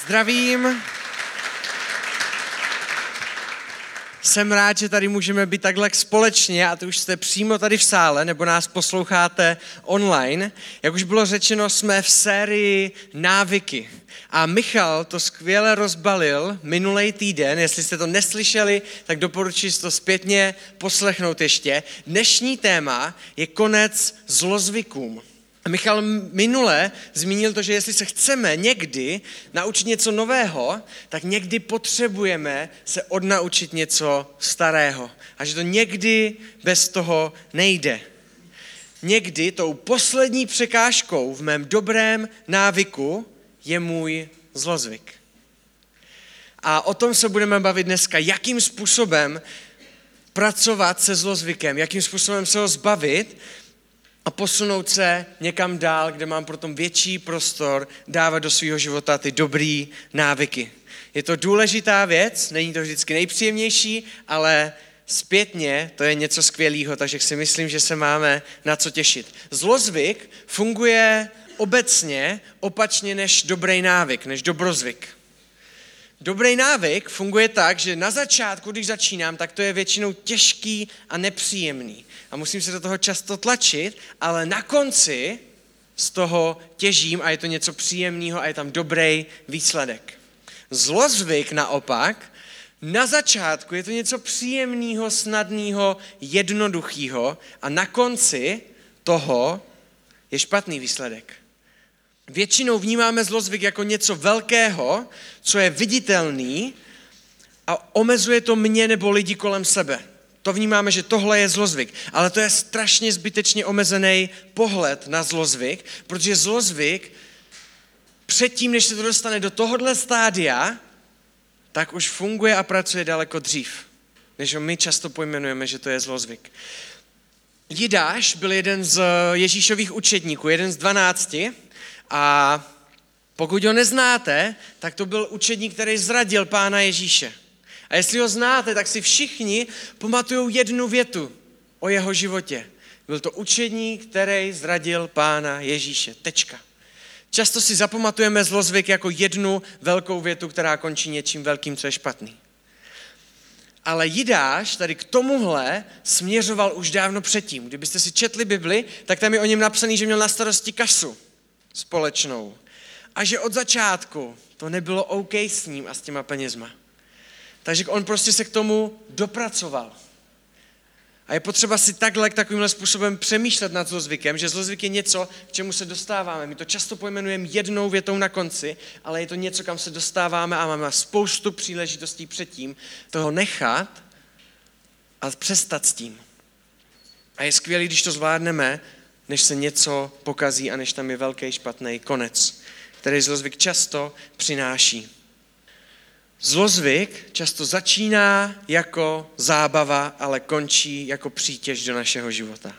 Zdravím. Jsem rád, že tady můžeme být takhle společně a to už jste přímo tady v sále nebo nás posloucháte online. Jak už bylo řečeno, jsme v sérii Návyky. A Michal to skvěle rozbalil minulý týden. Jestli jste to neslyšeli, tak doporučuji si to zpětně poslechnout ještě. Dnešní téma je konec zlozvykům. Michal minule zmínil to, že jestli se chceme někdy naučit něco nového, tak někdy potřebujeme se odnaučit něco starého. A že to někdy bez toho nejde. Někdy tou poslední překážkou v mém dobrém návyku je můj zlozvyk. A o tom se budeme bavit dneska, jakým způsobem pracovat se zlozvykem, jakým způsobem se ho zbavit, a posunout se někam dál, kde mám potom větší prostor dávat do svého života ty dobrý návyky. Je to důležitá věc, není to vždycky nejpříjemnější, ale zpětně to je něco skvělého, takže si myslím, že se máme na co těšit. Zlozvyk funguje obecně opačně než dobrý návyk, než dobrozvyk. Dobrý návyk funguje tak, že na začátku, když začínám, tak to je většinou těžký a nepříjemný. A musím se do toho často tlačit, ale na konci z toho těžím a je to něco příjemného a je tam dobrý výsledek. Zlozvyk naopak, na začátku je to něco příjemného, snadného, jednoduchého a na konci toho je špatný výsledek. Většinou vnímáme zlozvyk jako něco velkého, co je viditelný a omezuje to mě nebo lidi kolem sebe. To vnímáme, že tohle je zlozvyk, ale to je strašně zbytečně omezený pohled na zlozvyk, protože zlozvyk předtím, než se to dostane do tohohle stádia, tak už funguje a pracuje daleko dřív, než ho my často pojmenujeme, že to je zlozvyk. Jidáš byl jeden z Ježíšových učedníků, jeden z 12, a pokud ho neznáte, tak to byl učedník, který zradil Pána Ježíše. A jestli ho znáte, tak si všichni pamatujou jednu větu o jeho životě. Byl to učedník, který zradil Pána Ježíše. Tečka. Často si zapamatujeme zlozvyk jako jednu velkou větu, která končí něčím velkým, co je špatný. Ale Jidáš tady k tomuhle směřoval už dávno předtím. Kdybyste si četli Bibli, tak tam je o něm napsaný, že měl na starosti kasu společnou. A že od začátku to nebylo OK s ním a s těma penězma. Takže on prostě se k tomu dopracoval. A je potřeba si takovýmhle způsobem přemýšlet nad zlozvykem, že zlozvyk je něco, k čemu se dostáváme. My to často pojmenujeme jednou větou na konci, ale je to něco, kam se dostáváme a máme spoustu příležitostí předtím toho nechat a přestat s tím. A je skvělé, když to zvládneme, než se něco pokazí a než tam je velký špatný konec, který zlozvyk často přináší. Zlozvyk často začíná jako zábava, ale končí jako přítěž do našeho života.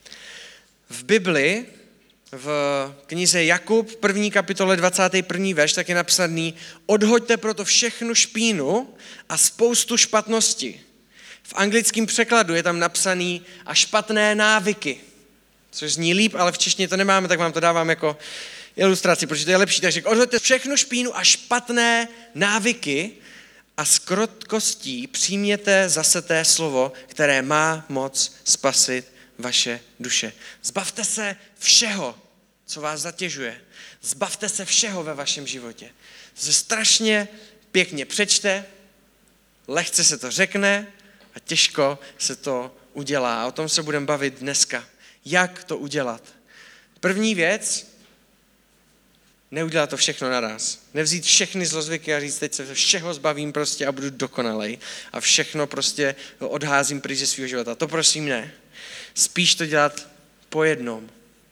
V Bibli, v knize Jakub, 1. kapitole 21. verš, tak je napsaný: odhoďte proto všechnu špínu a spoustu špatnosti. V anglickém překladu je tam napsaný a špatné návyky, což zní líp, ale v češtině to nemáme, tak vám to dávám jako ilustraci, protože to je lepší. Takže odhoďte všechnu špínu a špatné návyky a s krotkostí přijměte zase té slovo, které má moc spasit vaše duše. Zbavte se všeho, co vás zatěžuje. Zbavte se všeho ve vašem životě. To se strašně pěkně přečte, lehce se to řekne a těžko se to udělá. A o tom se budeme bavit dneska. Jak to udělat? První věc, neudělat to všechno naraz. Nevzít všechny zlozvyky a říct, teď se všeho zbavím prostě a budu dokonalej a všechno prostě odházím pryč ze svého života. To prosím ne. Spíš to dělat po jednom.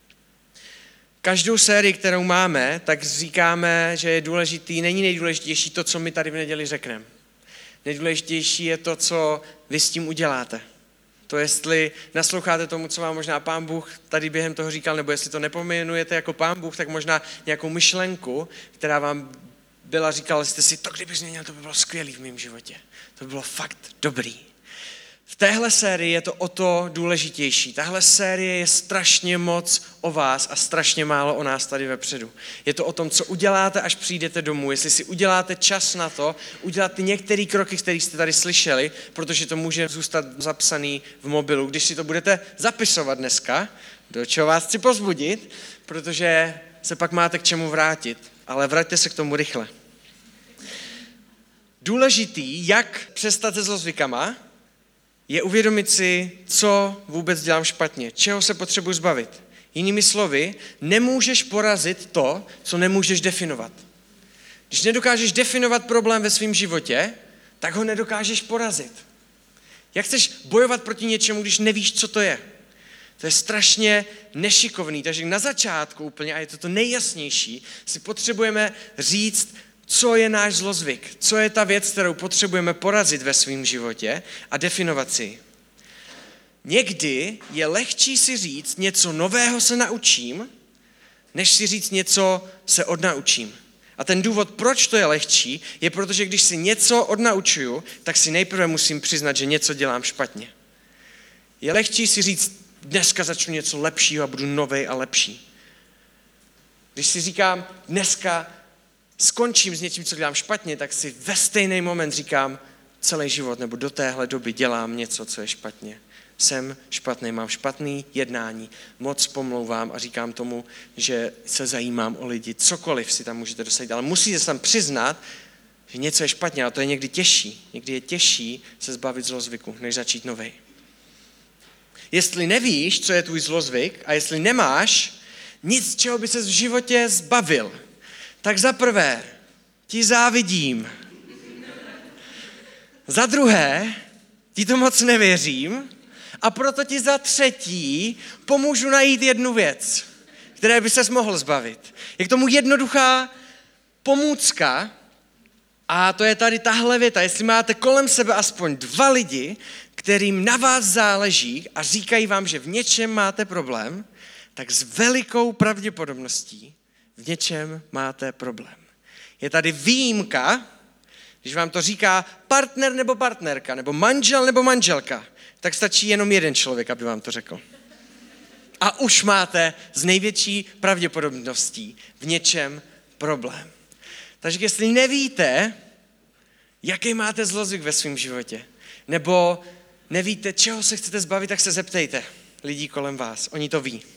Každou sérii, kterou máme, tak říkáme, že je důležitý, není nejdůležitější to, co my tady v neděli řekneme. Nejdůležitější je to, co vy s tím uděláte. To jestli nasloucháte tomu, co vám možná Pán Bůh tady během toho říkal, nebo jestli to nepojmenujete jako Pán Bůh, tak možná nějakou myšlenku, která vám říkala jste si, to kdybych změnil, to by bylo skvělý v mém životě. To by bylo fakt dobrý. V téhle sérii je to o to důležitější. Tahle série je strašně moc o vás a strašně málo o nás tady vepředu. Je to o tom, co uděláte, až přijdete domů. Jestli si uděláte čas na to, udělat ty některé kroky, které jste tady slyšeli, protože to může zůstat zapsaný v mobilu. Když si to budete zapisovat dneska, do čeho vás chci povzbudit, protože se pak máte k čemu vrátit. Ale vraťte se k tomu rychle. Důležitý, jak přestat se zlozvykama, je uvědomit si, co vůbec dělám špatně, čeho se potřebuji zbavit. Jinými slovy, nemůžeš porazit to, co nemůžeš definovat. Když nedokážeš definovat problém ve svém životě, tak ho nedokážeš porazit. Jak chceš bojovat proti něčemu, když nevíš, co to je? To je strašně nešikovný, takže na začátku úplně, a je to nejjasnější, si potřebujeme říct, co je náš zlozvyk, co je ta věc, kterou potřebujeme porazit ve svém životě a definovat si. Někdy je lehčí si říct, něco nového se naučím, než si říct, něco se odnaučím. A ten důvod, proč to je lehčí, je protože když si něco odnaučuju, tak si nejprve musím přiznat, že něco dělám špatně. Je lehčí si říct, dneska začnu něco lepšího a budu novej a lepší. Když si říkám, dneska skončím s něčím, co dělám špatně, tak si ve stejný moment říkám, celý život nebo do téhle doby dělám něco, co je špatně. Jsem špatný, mám špatný jednání, moc pomlouvám a říkám tomu, že se zajímám o lidi, cokoliv si tam můžete dosadit, ale musíte se tam přiznat, že něco je špatně a to je někdy těžší. Někdy je těžší se zbavit zlozvyku, než začít novej. Jestli nevíš, co je tvůj zlozvyk a jestli nemáš nic, čeho by ses v životě zbavil, tak za prvé ti závidím. Za druhé ti to moc nevěřím a proto ti za třetí pomůžu najít jednu věc, které by ses mohl zbavit. Je k tomu jednoduchá pomůcka a to je tady tahle věta. Jestli máte kolem sebe aspoň 2 lidi, kterým na vás záleží a říkají vám, že v něčem máte problém, tak s velikou pravděpodobností v něčem máte problém. Je tady výjimka, když vám to říká partner nebo partnerka, nebo manžel nebo manželka, tak stačí jenom jeden člověk, aby vám to řekl. A už máte s největší pravděpodobností v něčem problém. Takže jestli nevíte, jaký máte zlozvyk ve svém životě, nebo nevíte, čeho se chcete zbavit, tak se zeptejte lidí kolem vás. Oni to ví.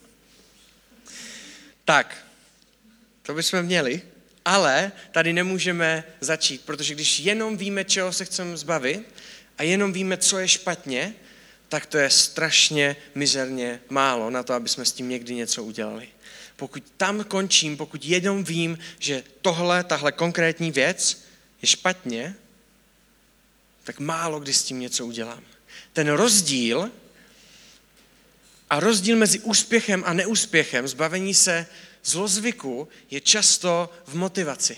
Tak, to bychom měli, ale tady nemůžeme začít, protože když jenom víme, čeho se chceme zbavit a jenom víme, co je špatně, tak to je strašně mizerně málo na to, aby jsme s tím někdy něco udělali. Pokud tam končím, pokud jenom vím, že tahle konkrétní věc je špatně, tak málo kdy s tím něco udělám. Ten rozdíl mezi úspěchem a neúspěchem, zbavení se zlozvyku, je často v motivaci.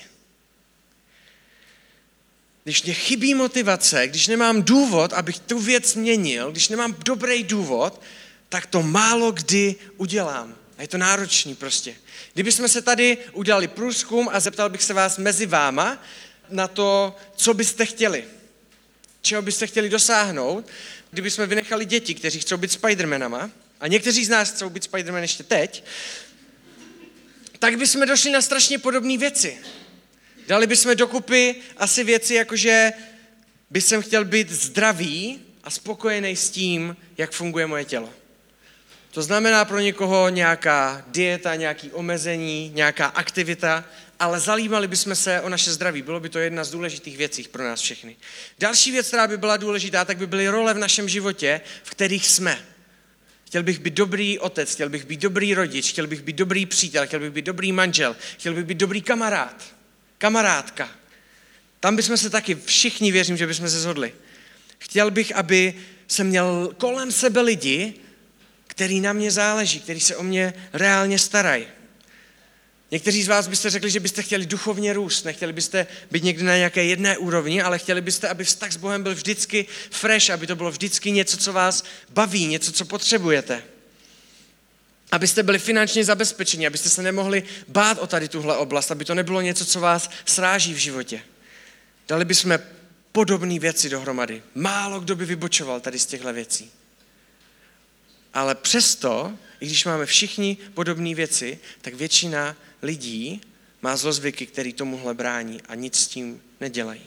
Když mě chybí motivace, když nemám důvod, abych tu věc měnil, když nemám dobrý důvod, tak to málo kdy udělám. A je to náročný prostě. Kdybychom se tady udělali průzkum a zeptal bych se vás mezi váma na to, co byste chtěli, čeho byste chtěli dosáhnout, kdybychom vynechali děti, kteří chcou být Spidermanama, a někteří z nás chcou být Spiderman ještě teď, tak bychom došli na strašně podobné věci. Dali bychom dokupy asi věci, jakože bych chtěl být zdravý a spokojený s tím, jak funguje moje tělo. To znamená pro někoho nějaká dieta, nějaké omezení, nějaká aktivita, ale zajímali bychom se o naše zdraví. Bylo by to jedna z důležitých věcí pro nás všechny. Další věc, která by byla důležitá, tak by byly role v našem životě, v kterých jsme. Chtěl bych být dobrý otec, chtěl bych být dobrý rodič, chtěl bych být dobrý přítel, chtěl bych být dobrý manžel, chtěl bych být dobrý kamarád, kamarádka. Tam bychom se taky všichni, věřím, že bychom se shodli. Chtěl bych, aby jsem měl kolem sebe lidi, který na mě záleží, který se o mě reálně starají. Někteří z vás byste řekli, že byste chtěli duchovně růst, nechtěli byste být někdy na nějaké jedné úrovni, ale chtěli byste, aby vztah s Bohem byl vždycky fresh, aby to bylo vždycky něco, co vás baví, něco, co potřebujete. Abyste byli finančně zabezpečeni, abyste se nemohli bát o tady tuhle oblast, aby to nebylo něco, co vás sráží v životě. Dali bychom podobné věci dohromady. Málo kdo by vybočoval tady z těchto věcí. Ale přesto, i když máme všichni podobné věci, tak většina lidí má zlozvyky, který tomuhle brání a nic s tím nedělají.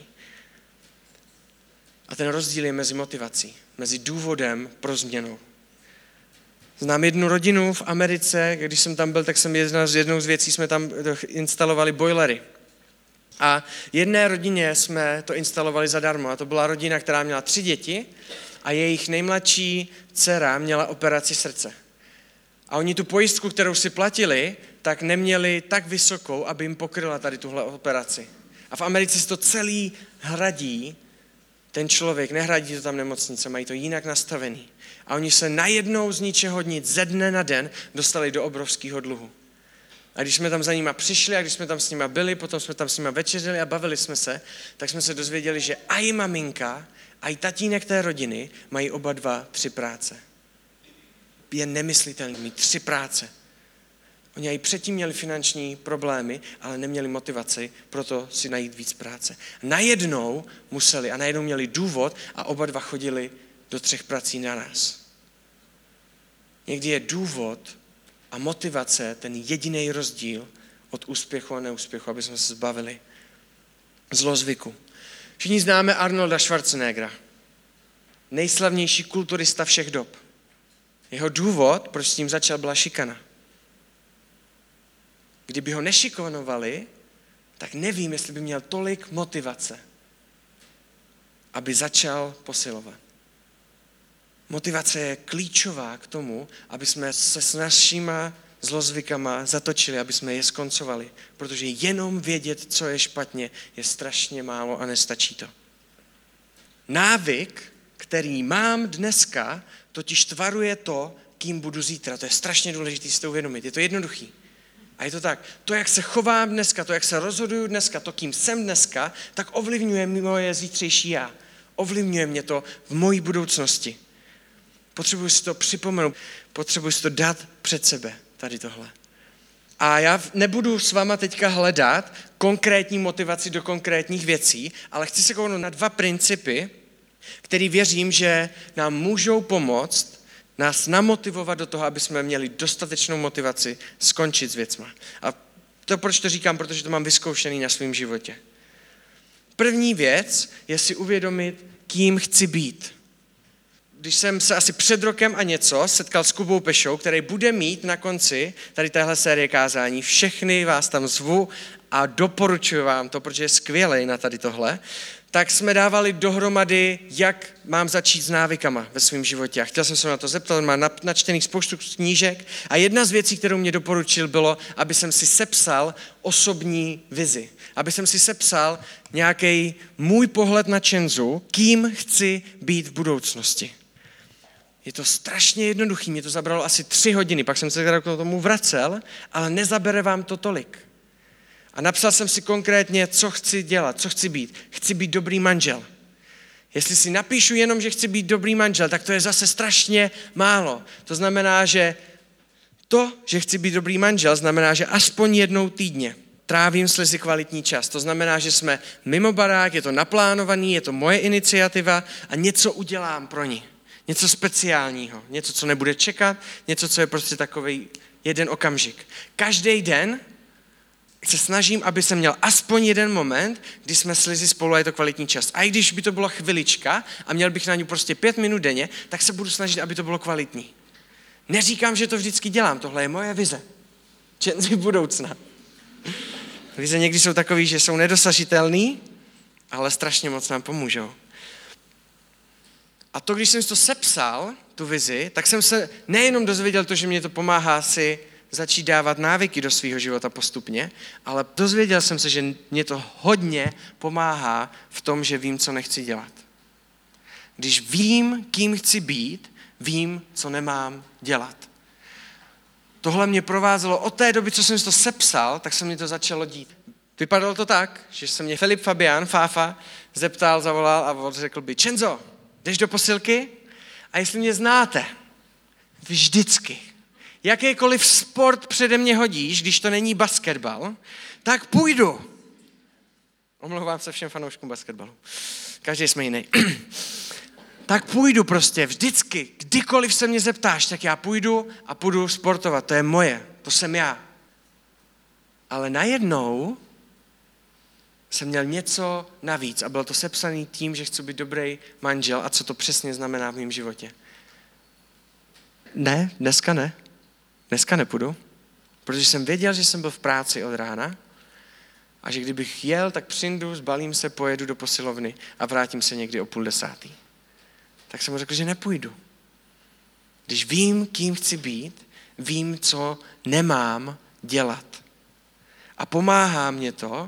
A ten rozdíl je mezi motivací, mezi důvodem pro změnu. Znám jednu rodinu v Americe, když jsem tam byl, tak jsem jednou z věcí jsme tam instalovali bojlery. A jedné rodině jsme to instalovali zadarmo. A to byla rodina, která měla 3 děti a jejich nejmladší dcera měla operaci srdce. A oni tu pojistku, kterou si platili, tak neměli tak vysokou, aby jim pokryla tady tuhle operaci. A v Americe si to celý hradí ten člověk, nehradí to tam nemocnice, mají to jinak nastavený. A oni se najednou z ničeho nic, ze dne na den, dostali do obrovského dluhu. A když jsme tam za nima přišli a když jsme tam s nima byli, potom jsme tam s nima večeřili a bavili jsme se, tak jsme se dozvěděli, že i maminka, i tatínek té rodiny mají oba 2 3 práce. Je nemyslitelný mít 3 práce. Oni i předtím měli finanční problémy, ale neměli motivaci, proto si najít víc práce. Najednou museli a najednou měli důvod a oba 2 chodili do 3 prací naraz. Někdy je důvod a motivace ten jediný rozdíl od úspěchu a neúspěchu, aby jsme se zbavili zlozvyku. Všichni známe Arnolda Schwarzeneggera, nejslavnější kulturista všech dob. Jeho důvod, proč s tím začal, byla šikana. Kdyby ho nešikanovali, tak nevím, jestli by měl tolik motivace, aby začal posilovat. Motivace je klíčová k tomu, aby jsme se s našima zlozvykama zatočili, aby jsme je skoncovali. Protože jenom vědět, co je špatně, je strašně málo a nestačí to. Návyk, který mám dneska, totiž tvaruje to, kým budu zítra. To je strašně důležité si to uvědomit. Je to jednoduchý. A je to tak. To, jak se chovám dneska, to, jak se rozhoduju dneska, to, kým jsem dneska, tak ovlivňuje moje zítřejší já. Ovlivňuje mě to v mojí budoucnosti. Potřebuji si to připomenout, potřebuji si to dát před sebe, tady tohle. A já nebudu s váma teďka hledat konkrétní motivaci do konkrétních věcí, ale chci se kouknout na 2 principy, který věřím, že nám můžou pomoct nás namotivovat do toho, aby jsme měli dostatečnou motivaci skončit s věcma. A to proč to říkám, protože to mám vyzkoušený na svém životě. První věc je si uvědomit, kým chci být. Když jsem se asi před rokem a něco setkal s Kubou Pešou, který bude mít na konci tady téhle série kázání, všechny vás tam zvu a doporučuji vám to, protože je skvělej na tady tohle, tak jsme dávali dohromady, jak mám začít s návykama ve svém životě. A chtěl jsem se na to zeptat, on má načtených spoustu knížek a jedna z věcí, kterou mě doporučil, bylo, aby jsem si sepsal osobní vizi. Aby jsem si sepsal nějaký můj pohled na Čenzu, kým chci být v budoucnosti. Je to strašně jednoduchý, mě to zabralo asi 3 hodiny, pak jsem se k tomu vracel, ale nezabere vám to tolik. A napsal jsem si konkrétně, co chci dělat, co chci být. Chci být dobrý manžel. Jestli si napíšu jenom, že chci být dobrý manžel, tak to je zase strašně málo. To znamená, že chci být dobrý manžel, znamená, že aspoň jednou týdně trávím s Lizy kvalitní čas. To znamená, že jsme mimo barák, je to naplánovaný, je to moje iniciativa a něco udělám pro ní. Něco speciálního, něco, co nebude čekat, něco, co je prostě takový jeden okamžik. Každý den se snažím, aby jsem měl aspoň jeden moment, kdy jsme s Lizy spolu a je to kvalitní čas. A i když by to byla chvilička a měl bych na ní prostě 5 minut denně, tak se budu snažit, aby to bylo kvalitní. Neříkám, že to vždycky dělám, tohle je moje vize. Čenzy budoucna. Vize někdy jsou takový, že jsou nedosažitelný, ale strašně moc nám pomůžou. A to, když jsem si to sepsal, tu vizi, tak jsem se nejenom dozvěděl to, že mě to pomáhá si začít dávat návyky do svého života postupně, ale dozvěděl jsem se, že mě to hodně pomáhá v tom, že vím, co nechci dělat. Když vím, kým chci být, vím, co nemám dělat. Tohle mě provázelo od té doby, co jsem si to sepsal, tak se mi to začalo dít. Vypadalo to tak, že se mě Filip Fabián, Fáfa, zeptal, zavolal a řekl by, Čenzo, jdeš do posilky? A jestli mě znáte, vždycky, jakýkoliv sport přede mě hodíš, když to není basketbal, tak půjdu. Omlouvám se všem fanouškům basketbalu. Každý jsme jiný. Tak půjdu prostě vždycky, kdykoliv se mě zeptáš, tak já půjdu a půjdu sportovat. To je moje, to jsem já. Ale najednou jsem měl něco navíc a bylo to sepsané tím, že chci být dobrý manžel a co to přesně znamená v mém životě. Ne, dneska ne. Dneska nepůjdu, protože jsem věděl, že jsem byl v práci od rána a že kdybych jel, tak přijdu, zbalím se, pojedu do posilovny a vrátím se někdy o 9:30. Tak jsem mu řekl, že nepůjdu. Když vím, kým chci být, vím, co nemám dělat. A pomáhá mě to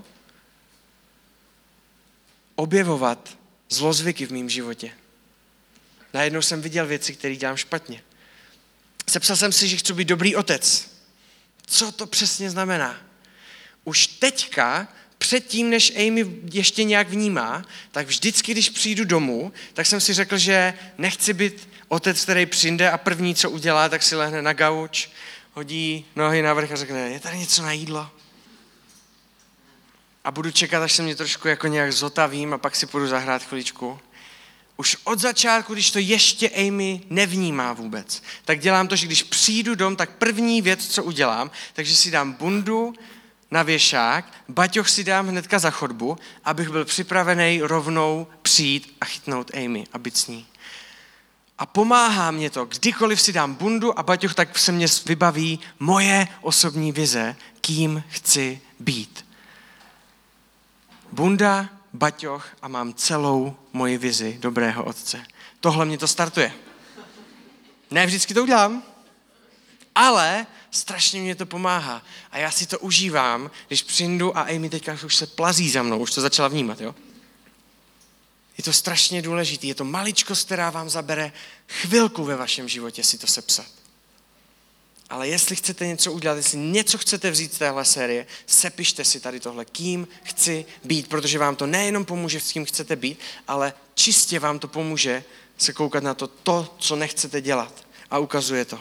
objevovat zlozvyky v mém životě. Najednou jsem viděl věci, které dělám špatně. Sepsal jsem si, že chci být dobrý otec. Co to přesně znamená? Už teďka, předtím, než Amy ještě nějak vnímá, tak vždycky, když přijdu domů, tak jsem si řekl, že nechci být otec, který přijde a první, co udělá, tak si lehne na gauč, hodí nohy navrch a řekne, je tady něco na jídlo? A budu čekat, až se mě trošku jako nějak zotavím a pak si půjdu zahrát chviličku. Už od začátku, když to ještě Amy nevnímá vůbec, tak dělám to, že když přijdu dom, tak první věc, co udělám, takže si dám bundu na věšák, baťoch si dám hnedka za chodbu, abych byl připravený rovnou přijít a chytnout Amy a být s ní. A pomáhá mě to, kdykoliv si dám bundu a baťoch, tak se mě vybaví moje osobní vize, kým chci být. Bunda, baťoch a mám celou moji vizi dobrého otce. Tohle mě to startuje. Ne vždycky to udělám, ale strašně mě to pomáhá. A já si to užívám, když přijdu a Amy teďka už se plazí za mnou, už to začala vnímat, jo? Je to strašně důležité, je to maličkost, která vám zabere chvilku ve vašem životě si to sepsat. Ale jestli chcete něco udělat, jestli něco chcete vzít z téhle série, sepište si tady tohle, kým chci být, protože vám to nejenom pomůže, s kým chcete být, ale čistě vám to pomůže se koukat na to, co nechcete dělat. A ukazuje to.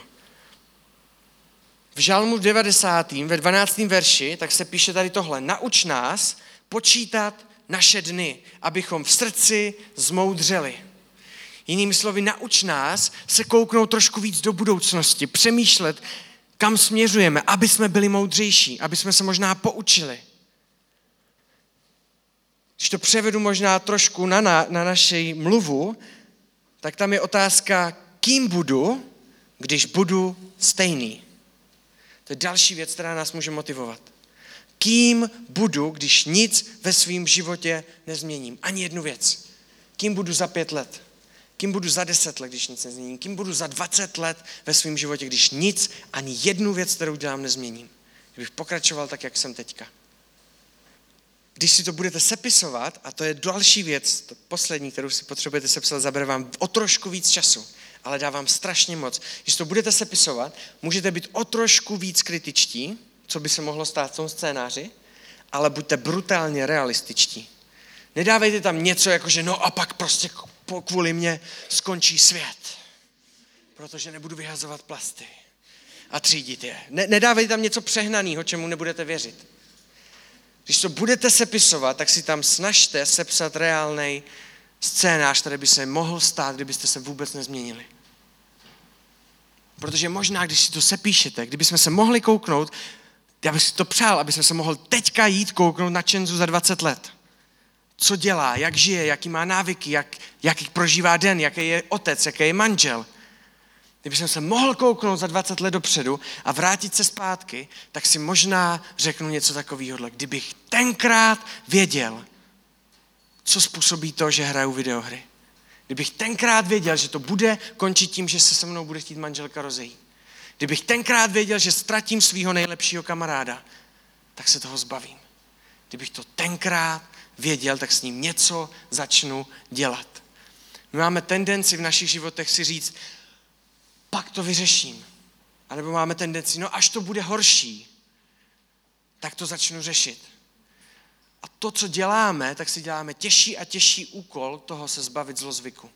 V Žalmu 90. ve 12. verši, tak se píše tady tohle. Nauč nás počítat naše dny, abychom v srdci zmoudřeli. Jinými slovy, nauč nás se kouknout trošku víc do budoucnosti, přemýšlet, kam směřujeme, aby jsme byli moudřejší, aby jsme se možná poučili. Když to převedu možná trošku na naši mluvu, tak tam je otázka, kým budu, když budu stejný. To je další věc, která nás může motivovat. Kým budu, když nic ve svém životě nezměním? Ani jednu věc. Kým budu za 5 let? Kým budu za 10 let, když nic nezměním? Kým budu za 20 let ve svém životě, když nic, ani jednu věc, kterou dělám, nezměním? Kdybych pokračoval tak, jak jsem teďka. Když si to budete sepisovat, a to je další věc, to poslední, kterou si potřebujete sepsat, zabere vám o trošku víc času, ale dá vám strašně moc. Když to budete sepisovat, můžete být o trošku víc kritičtí, co by se mohlo stát v tom scénáři, ale buďte brutálně realističtí. Nedávejte tam něco jako, že no a pak prostě kvůli mě skončí svět, protože nebudu vyhazovat plasty a třídit je. Nedávejte tam něco přehnaného, čemu nebudete věřit. Když to budete sepisovat, tak si tam snažte sepsat reálnej scénář, který by se mohl stát, kdybyste se vůbec nezměnili. Protože možná, když si to sepíšete, kdybychom se mohli kouknout, já bych si to přál, aby jsme se mohli teďka jít kouknout na Čenzu za 20 let. Co dělá, jak žije, jaký má návyky, jak prožívá den, jaký je otec, jaký je manžel. Kdybychom se mohl kouknout za 20 let dopředu a vrátit se zpátky, tak si možná řeknu něco takového. Kdybych tenkrát věděl, co způsobí to, že hraju videohry. Kdybych tenkrát věděl, že to bude končit tím, že se mnou bude chtít manželka rozejít. Kdybych tenkrát věděl, že ztratím svého nejlepšího kamaráda, tak se toho zbavím. Kdybych to tenkrát věděl, tak s ním něco začnu dělat. My máme tendenci v našich životech si říct, pak to vyřeším. A nebo máme tendenci, no až to bude horší, tak to začnu řešit. A to, co děláme, tak si děláme těžší a těžší úkol toho se zbavit zlozvyku.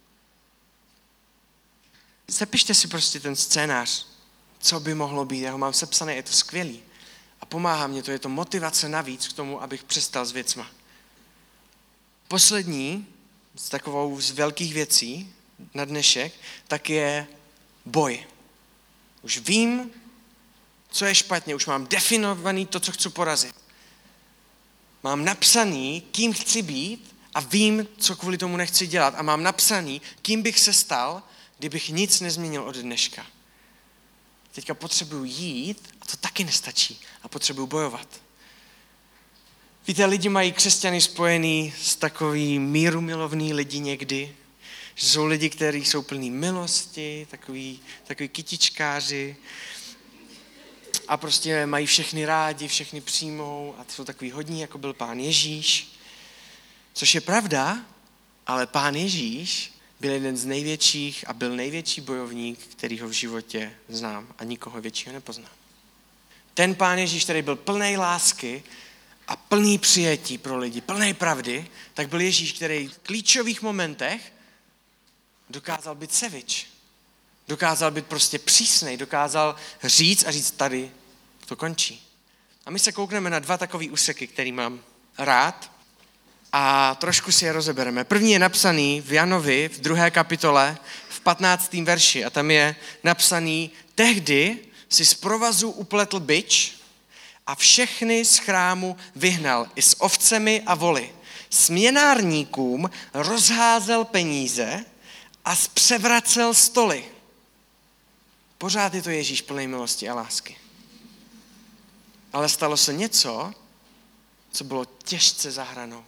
Sepište si prostě ten scénář, co by mohlo být. Já ho mám sepsané, je to skvělý. A pomáhá mě to, je to motivace navíc k tomu, abych přestal s věcma. Poslední z velkých věcí na dnešek, tak je boj. Už vím, co je špatně, už mám definovaný to, co chci porazit. Mám napsaný, kým chci být a vím, co kvůli tomu nechci dělat. A mám napsaný, kým bych se stal, kdybych nic nezměnil od dneška. Teďka potřebuju jít a to taky nestačí. A potřebuju bojovat. Víte, lidi mají křesťany spojený s takový mírumilovný lidi někdy. Že jsou lidi, kteří jsou plní milosti, takový kytičkáři a prostě mají všechny rádi, všechny přijmou a jsou takový hodní, jako byl Pán Ježíš. Což je pravda, ale Pán Ježíš byl jeden z největších a byl největší bojovník, kterýho v životě znám a nikoho většího nepoznám. Ten Pán Ježíš, který byl plný lásky a plný přijetí pro lidi, plný pravdy, tak byl Ježíš, který v klíčových momentech dokázal být sevič. Dokázal být prostě přísnej, dokázal říct tady to končí. A my se koukneme na 2 takový úseky, který mám rád a trošku si je rozebereme. První je napsaný v Janovi v 2. kapitole v 15. verši a tam je napsaný: tehdy si z provazu upletl bič a všechny z chrámu vyhnal i s ovcemi a voly. Směnárníkům rozházel peníze a zpřevracel stoly. Pořád je to Ježíš plný milosti a lásky. Ale stalo se něco, co bylo těžce za hranou.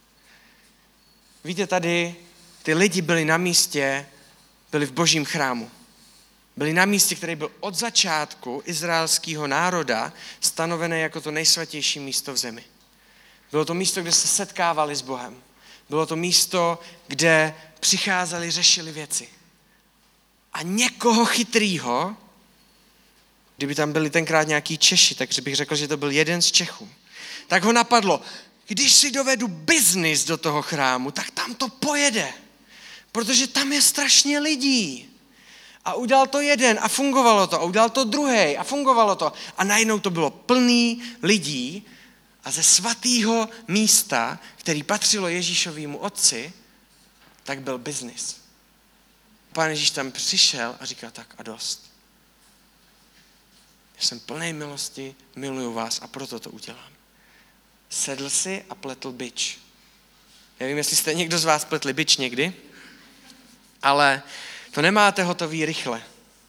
Víte, tady ty lidi byli na místě, byli v Božím chrámu. Byli na místě, který byl od začátku izraelského národa stanovené jako to nejsvatější místo v zemi. Bylo to místo, kde se setkávali s Bohem. Bylo to místo, kde přicházeli, řešili věci. A někoho chytrýho, kdyby tam byli tenkrát nějaký Češi, takže bych řekl, že to byl jeden z Čechů, tak ho napadlo, když si dovedu biznis do toho chrámu, tak tam to pojede. Protože tam je strašně lidí. A udělal to jeden a fungovalo to. A udělal to druhej a fungovalo to. A najednou to bylo plný lidí a ze svatého místa, který patřilo Ježíšovému otci, tak byl biznis. Pán Ježíš tam přišel a říkal tak a dost. Já jsem plný milosti, miluju vás a proto to udělám. Sedl si a pletl bič. Nevím, jestli jste někdo z vás pletli bič někdy, ale to nemáte hotový rychle.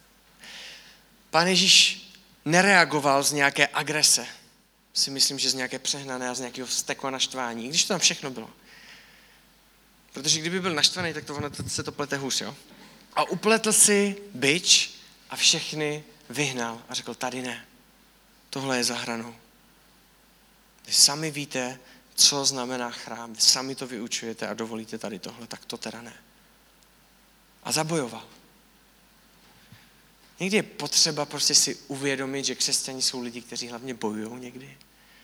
Pán Ježíš nereagoval z nějaké agrese. Si myslím, že z nějaké přehnané a z nějakého vzteku a naštvání, i když to tam všechno bylo. Protože kdyby byl naštvaný, tak se to plete hůř, jo? A upletl si bič a všechny vyhnal a řekl, tady ne. Tohle je za hranou. Vy sami víte, co znamená chrám. Vy sami to vyučujete a dovolíte tady tohle, tak to teda ne. A zabojoval. Někdy je potřeba prostě si uvědomit, že křesťani jsou lidi, kteří hlavně bojují někdy.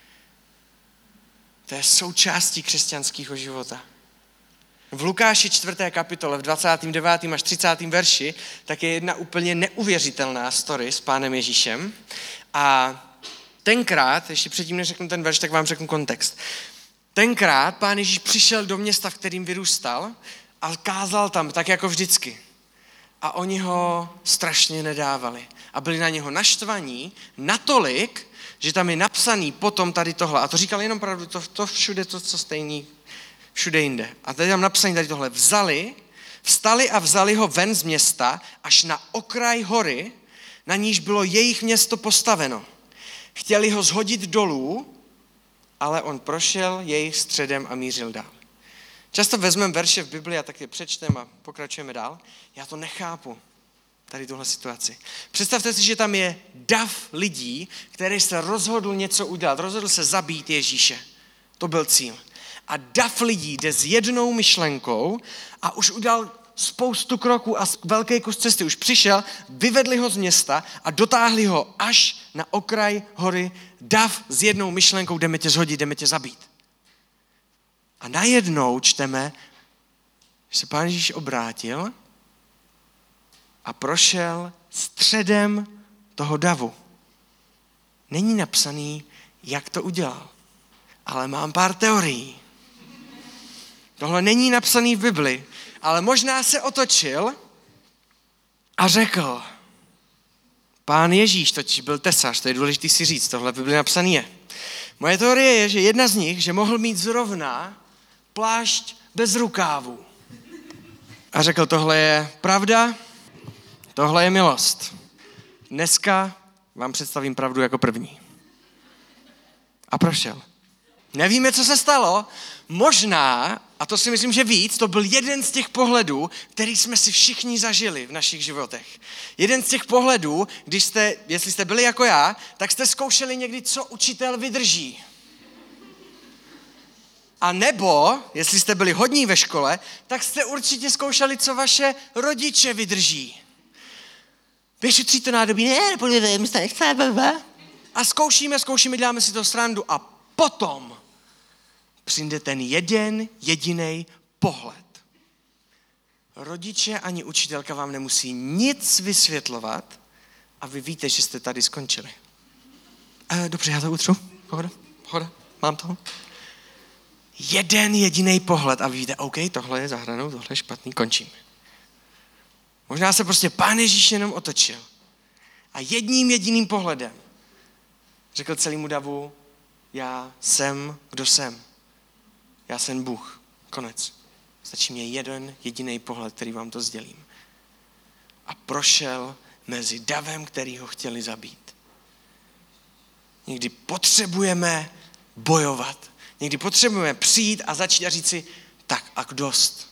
To je součástí křesťanského života. V Lukáši 4. kapitole v 29. až 30. verši tak je jedna úplně neuvěřitelná story s Pánem Ježíšem. A tenkrát, ještě předtím než řeknu ten verš, tak vám řeknu kontext. Tenkrát Pán Ježíš přišel do města, v kterým vyrůstal a kázal tam, tak jako vždycky. A oni ho strašně nedávali. A byli na něho naštvaní natolik, že tam je napsaný potom tady tohle. A to říkal jenom pravdu, to všude to, co stejný, všude jinde. A tady tam napsaný tady tohle. Vstali a vzali ho ven z města až na okraj hory, na níž bylo jejich město postaveno. Chtěli ho shodit dolů, ale on prošel jejich středem a mířil dál. Často vezmeme verše v Bibli a tak je přečteme a pokračujeme dál. Já to nechápu, tady tuhle situaci. Představte si, že tam je dav lidí, který se rozhodl něco udělat. Rozhodl se zabít Ježíše. To byl cíl. A dav lidí jde s jednou myšlenkou a už udělal spoustu kroků a velký kus cesty. Už přišel, vyvedli ho z města a dotáhli ho až na okraj hory. Dav s jednou myšlenkou, jdeme tě shodit, jdeme tě zabít. A najednou čteme, že se Pán Ježíš obrátil a prošel středem toho davu. Není napsaný, jak to udělal, ale mám pár teorií. Tohle není napsaný v Bibli, ale možná se otočil a řekl, Pán Ježíš totiž byl tesař, to je důležité si říct, tohle v Bibli napsaný je. Moje teorie je, že jedna z nich, že mohl mít zrovna plášť bez rukávu. A řekl, tohle je pravda, tohle je milost. Dneska vám představím pravdu jako první. A prošel. Nevíme, co se stalo. Možná, a to si myslím, že víc, to byl jeden z těch pohledů, který jsme si všichni zažili v našich životech. Jeden z těch pohledů, jestli jste byli jako já, tak jste zkoušeli někdy, co učitel vydrží. A nebo, jestli jste byli hodní ve škole, tak jste určitě zkoušeli, co vaše rodiče vydrží. Vyšetří to nádobí, nepodívejte, my se nechceme. A zkoušíme, děláme si to srandu a potom přijde ten jeden jediný pohled. Rodiče ani učitelka vám nemusí nic vysvětlovat a vy víte, že jste tady skončili. Dobře, já to utřu. Pohoda, mám to. Jeden jediný pohled a vy víte, OK, tohle je za hranou, tohle je špatný, končím. Možná se prostě Pán Ježíš jenom otočil a jedním jediným pohledem řekl celému davu, já jsem, kdo jsem. Já jsem Bůh. Konec. Stačí mě jeden jediný pohled, který vám to sdělím. A prošel mezi davem, který ho chtěli zabít. Někdy potřebujeme bojovat. Někdy potřebujeme přijít a začít a říct si, tak a dost.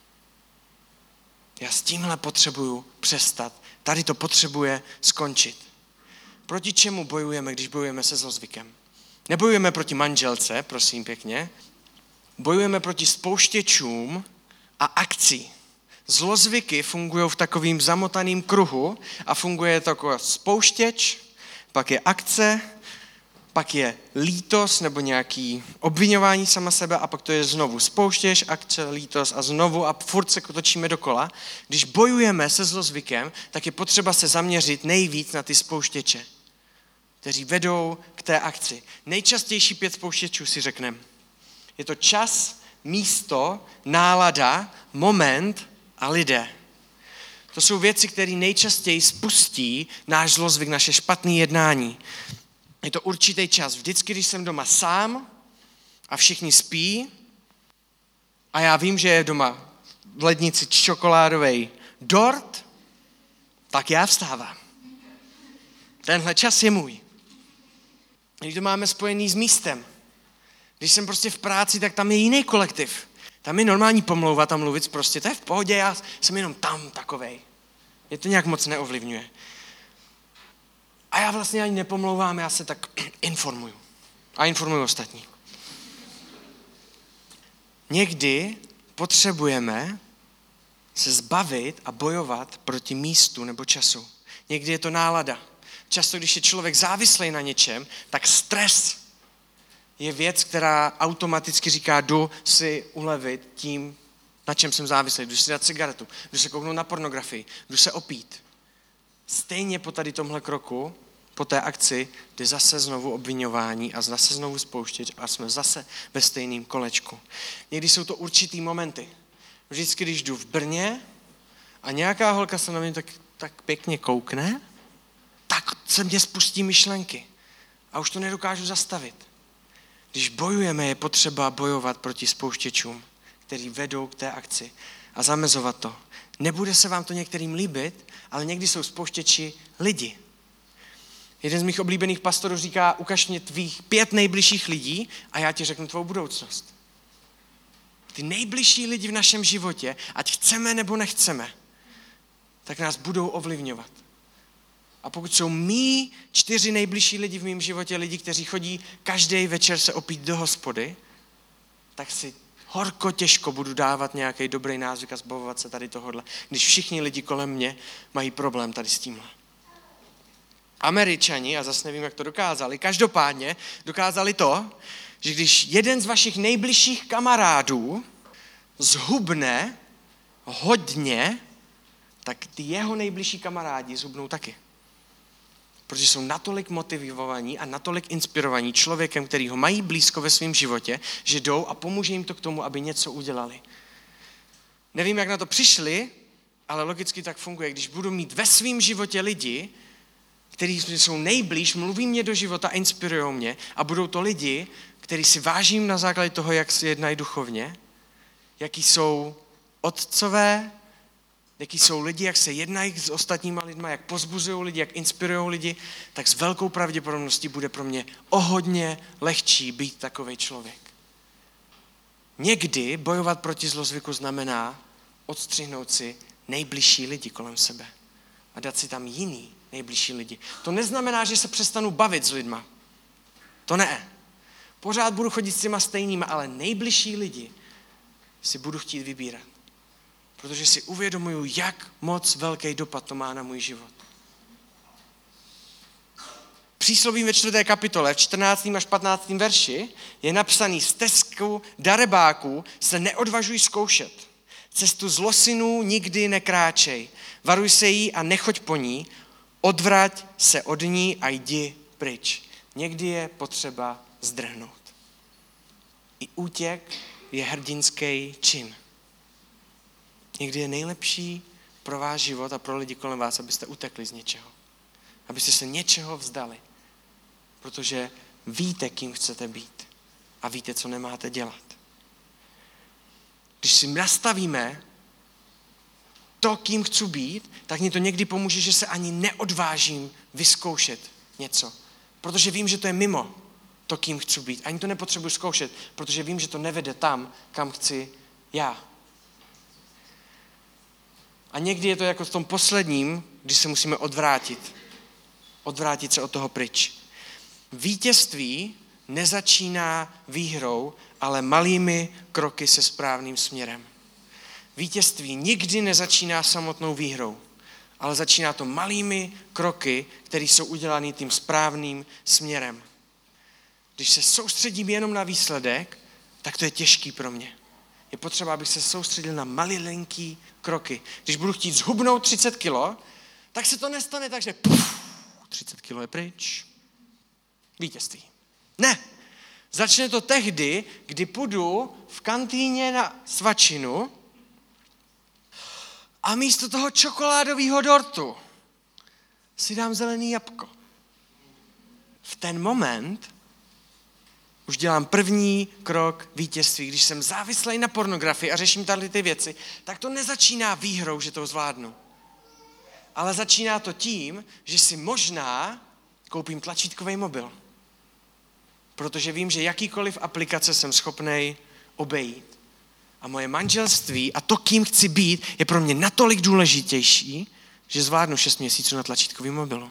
Já s tímhle potřebuju přestat. Tady to potřebuje skončit. Proti čemu bojujeme, když bojujeme se zlozvykem? Nebojujeme proti manželce, prosím pěkně. Bojujeme proti spouštěčům a akcí. Zlozvyky fungují v takovým zamotaným kruhu a funguje to jako spouštěč, pak je akce, pak je lítost nebo nějaký obviňování sama sebe a pak to je znovu spouštěč, akce, lítost a znovu a furt se točíme dokola. Když bojujeme se zlozvykem, tak je potřeba se zaměřit nejvíc na ty spouštěče, kteří vedou k té akci. Nejčastější 5 spouštěčů si řekneme. Je to čas, místo, nálada, moment a lidé. To jsou věci, které nejčastěji spustí náš zlozvyk, naše špatné jednání. Je to určitý čas. Vždycky, když jsem doma sám a všichni spí a já vím, že je doma v lednici čokoládový dort, tak já vstávám. Tenhle čas je můj. Když to máme spojený s místem, když jsem prostě v práci, tak tam je jiný kolektiv. Tam je normální pomlouvat a mluvit prostě, to je v pohodě, já jsem jenom tam takovej. Mě to nějak moc neovlivňuje. A já vlastně ani nepomlouvám, já se tak informuju. A informuju ostatní. Někdy potřebujeme se zbavit a bojovat proti místu nebo času. Někdy je to nálada. Často, když je člověk závislý na něčem, tak stres je věc, která automaticky říká, jdu si ulevit tím, na čem jsem závislý. Jdu si dát cigaretu, jdu se kouknout na pornografii, jdu se opít. Stejně po tady tomhle kroku, po té akci, jde zase znovu obviňování a zase znovu spouštěč a jsme zase ve stejném kolečku. Někdy jsou to určitý momenty. Vždycky, když jdu v Brně a nějaká holka se na mě tak pěkně koukne, tak se mě spustí myšlenky a už to nedokážu zastavit. Když bojujeme, je potřeba bojovat proti spouštěčům, který vedou k té akci a zamezovat to. Nebude se vám to některým líbit, ale někdy jsou spouštěči lidi. Jeden z mých oblíbených pastorů říká, ukaž mě tvých 5 nejbližších lidí a já ti řeknu tvou budoucnost. Ty nejbližší lidi v našem životě, ať chceme nebo nechceme, tak nás budou ovlivňovat. A pokud jsou mý 4 nejbližší lidi v mém životě, lidi, kteří chodí každý večer se opít do hospody, tak si horko těžko budu dávat nějaký dobrý návyk a zbavovat se tady tohodle, když všichni lidi kolem mě mají problém tady s tímhle. Američani, a zase nevím, jak to dokázali, každopádně dokázali to, že když jeden z vašich nejbližších kamarádů zhubne hodně, tak ty jeho nejbližší kamarádi zhubnou taky. protože jsou natolik motivovaní a natolik inspirovaní člověkem, který ho mají blízko ve svém životě, že jdou a pomůže jim to k tomu, aby něco udělali. Nevím, jak na to přišli, ale logicky tak funguje. Když budu mít ve svém životě lidi, kteří jsou nejblíž, mluví mě do života, inspirují mě a budou to lidi, který si vážím na základě toho, jak se jednají duchovně, jaký jsou otcové, jaký jsou lidi, jak se jednají s ostatníma lidma, jak pozbuzují lidi, jak inspirují lidi, tak s velkou pravděpodobností bude pro mě o hodně lehčí být takovej člověk. Někdy bojovat proti zlozvyku znamená odstřihnout si nejbližší lidi kolem sebe a dát si tam jiný nejbližší lidi. To neznamená, že se přestanu bavit s lidma. To ne. Pořád budu chodit s těma stejnýma, ale nejbližší lidi si budu chtít vybírat. Protože si uvědomuju, jak moc velký dopad to má na můj život. Přísloví ve 4. kapitole, v 14. až 15. verši je napsaný: stezku darebáků se neodvažuj zkoušet. Cestu zlosinů nikdy nekráčej. Varuj se jí a nechoď po ní. Odvrať se od ní a jdi pryč. Někdy je potřeba zdrhnout. I útěk je hrdinský čin. Někdy je nejlepší pro váš život a pro lidi kolem vás, abyste utekli z něčeho. Abyste se něčeho vzdali. Protože víte, kým chcete být. A víte, co nemáte dělat. Když si nastavíme to, kým chci být, tak mi to někdy pomůže, že se ani neodvážím vyzkoušet něco. Protože vím, že to je mimo to, kým chci být. Ani to nepotřebuji zkoušet, protože vím, že to nevede tam, kam chci já. A někdy je to jako v tom posledním, když se musíme odvrátit. Odvrátit se od toho pryč. Vítězství nezačíná výhrou, ale malými kroky se správným směrem. Vítězství nikdy nezačíná samotnou výhrou, ale začíná to malými kroky, které jsou udělané tím správným směrem. Když se soustředím jenom na výsledek, tak to je těžký pro mě. Je potřeba, abych se soustředil na malinký kroky. Když budu chtít zhubnout 30 kilo, tak se to nestane tak, že 30 kilo je pryč. Vítězství. Ne. Začne to tehdy, kdy půjdu v kantýně na svačinu a místo toho čokoládového dortu si dám zelený jabko. V ten moment už dělám první krok vítězství. Když jsem závislý na pornografii a řeším tady ty věci, tak to nezačíná výhrou, že to zvládnu. Ale začíná to tím, že si možná koupím tlačítkový mobil. Protože vím, že jakýkoliv aplikace jsem schopnej obejít. A moje manželství a to, kým chci být, je pro mě natolik důležitější, že zvládnu 6 měsíců na tlačítkovém mobilu.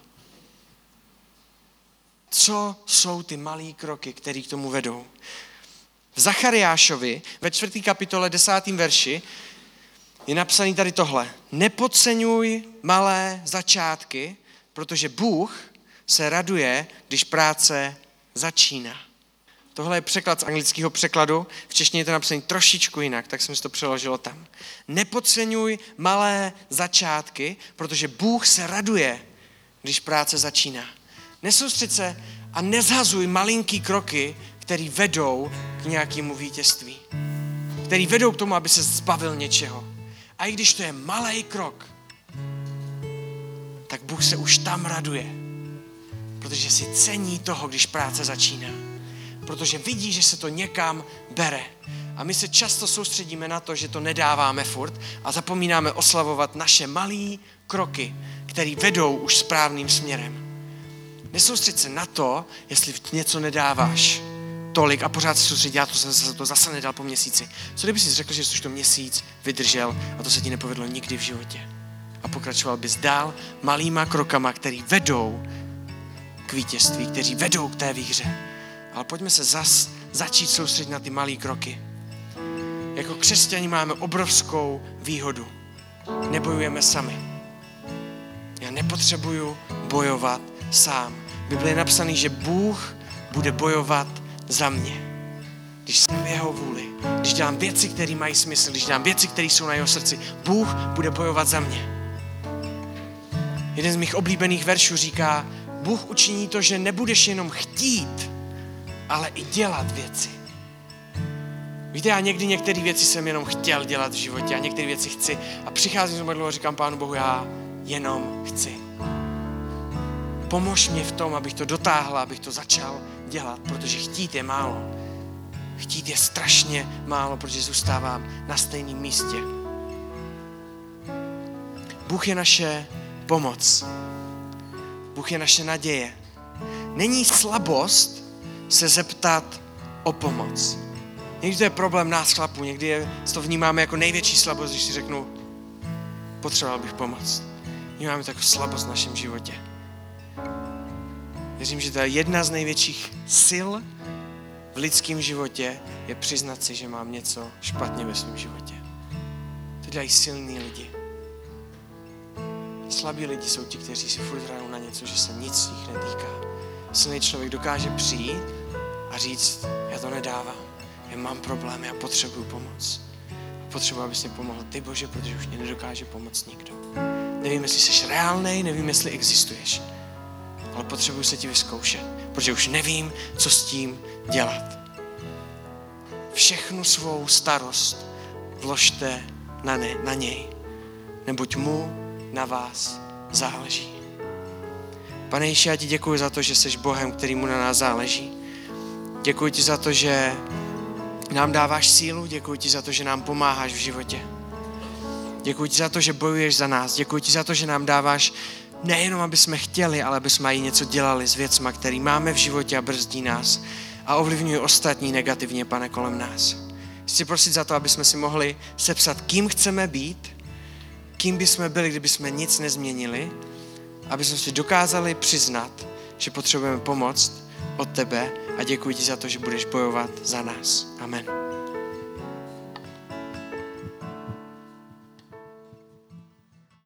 Co jsou ty malý kroky, které k tomu vedou? V Zachariášovi ve 4. kapitole 10. verši je napsaný tady tohle. Nepodceňuj malé začátky, protože Bůh se raduje, když práce začíná. Tohle je překlad z anglického překladu. V češtině je to napsané trošičku jinak, tak jsem si to přeložil tam. Nepodceňuj malé začátky, protože Bůh se raduje, když práce začíná. Nesoustřeď se a nezhazuj malinký kroky, které vedou k nějakému vítězství. Které vedou k tomu, aby se zbavil něčeho. A i když to je malý krok, tak Bůh se už tam raduje. Protože si cení toho, když práce začíná. Protože vidí, že se to někam bere. A my se často soustředíme na to, že to nedáváme furt a zapomínáme oslavovat naše malý kroky, které vedou už správným směrem. Nesoustřeď se na to, jestli něco nedáváš tolik a pořád se soustředí, já to zase nedal po měsíci. Co kdyby jsi řekl, že jsi už to měsíc vydržel a to se ti nepovedlo nikdy v životě? A pokračoval bys dál malýma krokama, který vedou k vítězství, kteří vedou k té výhře. Ale pojďme se začít soustředit na ty malý kroky. Jako křesťani máme obrovskou výhodu. Nebojujeme sami. Já nepotřebuju bojovat sám. V Biblii je napsaný, že Bůh bude bojovat za mě. Když jsem v jeho vůli, když dělám věci, které mají smysl, když dělám věci, které jsou na jeho srdci, Bůh bude bojovat za mě. Jeden z mých oblíbených veršů říká, Bůh učiní to, že nebudeš jenom chtít, ale i dělat věci. Víte, já někdy některé věci jsem jenom chtěl dělat v životě a některé věci chci a přicházím z modlitbou a říkám Pánu Bohu, já jenom chci. Pomož mě v tom, abych to dotáhl, abych to začal dělat, protože chtít je málo. Chtít je strašně málo, protože zůstávám na stejném místě. Bůh je naše pomoc. Bůh je naše naděje. Není slabost se zeptat o pomoc. Někdy to je problém nás chlapů, někdy to vnímáme jako největší slabost, když si řeknu, potřeboval bych pomoc. Vnímáme to jako slabost v našem životě. Věřím, že to je jedna z největších sil v lidském životě, je přiznat si, že mám něco špatně ve svém životě. To dělají silní lidi. Slabí lidi jsou ti, kteří si furt hrajou na něco, že se nic jich netýká. Silný člověk dokáže přijít a říct, já to nedávám, já mám problém, já potřebuju pomoc. Potřebuji, abys mě pomohl ty, Bože, protože už mě nedokáže pomoct nikdo. Nevím, jestli jsi reálnej, nevím, jestli existuješ, ale potřebuji se ti vyzkoušet, protože už nevím, co s tím dělat. Všechnu svou starost vložte na něj, neboť mu na vás záleží. Pane Ježíši, já ti děkuji za to, že jsi Bohem, kterýmu na nás záleží. Děkuji ti za to, že nám dáváš sílu, děkuji ti za to, že nám pomáháš v životě. Děkuji ti za to, že bojuješ za nás. Děkuji ti za to, že nám dáváš nejenom, aby jsme chtěli, ale aby jsme i něco dělali s věcma, který máme v životě a brzdí nás a ovlivňují ostatní negativně, Pane, kolem nás. Chci prosit za to, aby jsme si mohli sepsat, kým chceme být, kým bychom byli, kdyby jsme nic nezměnili, aby jsme si dokázali přiznat, že potřebujeme pomoc od tebe a děkuji ti za to, že budeš bojovat za nás. Amen.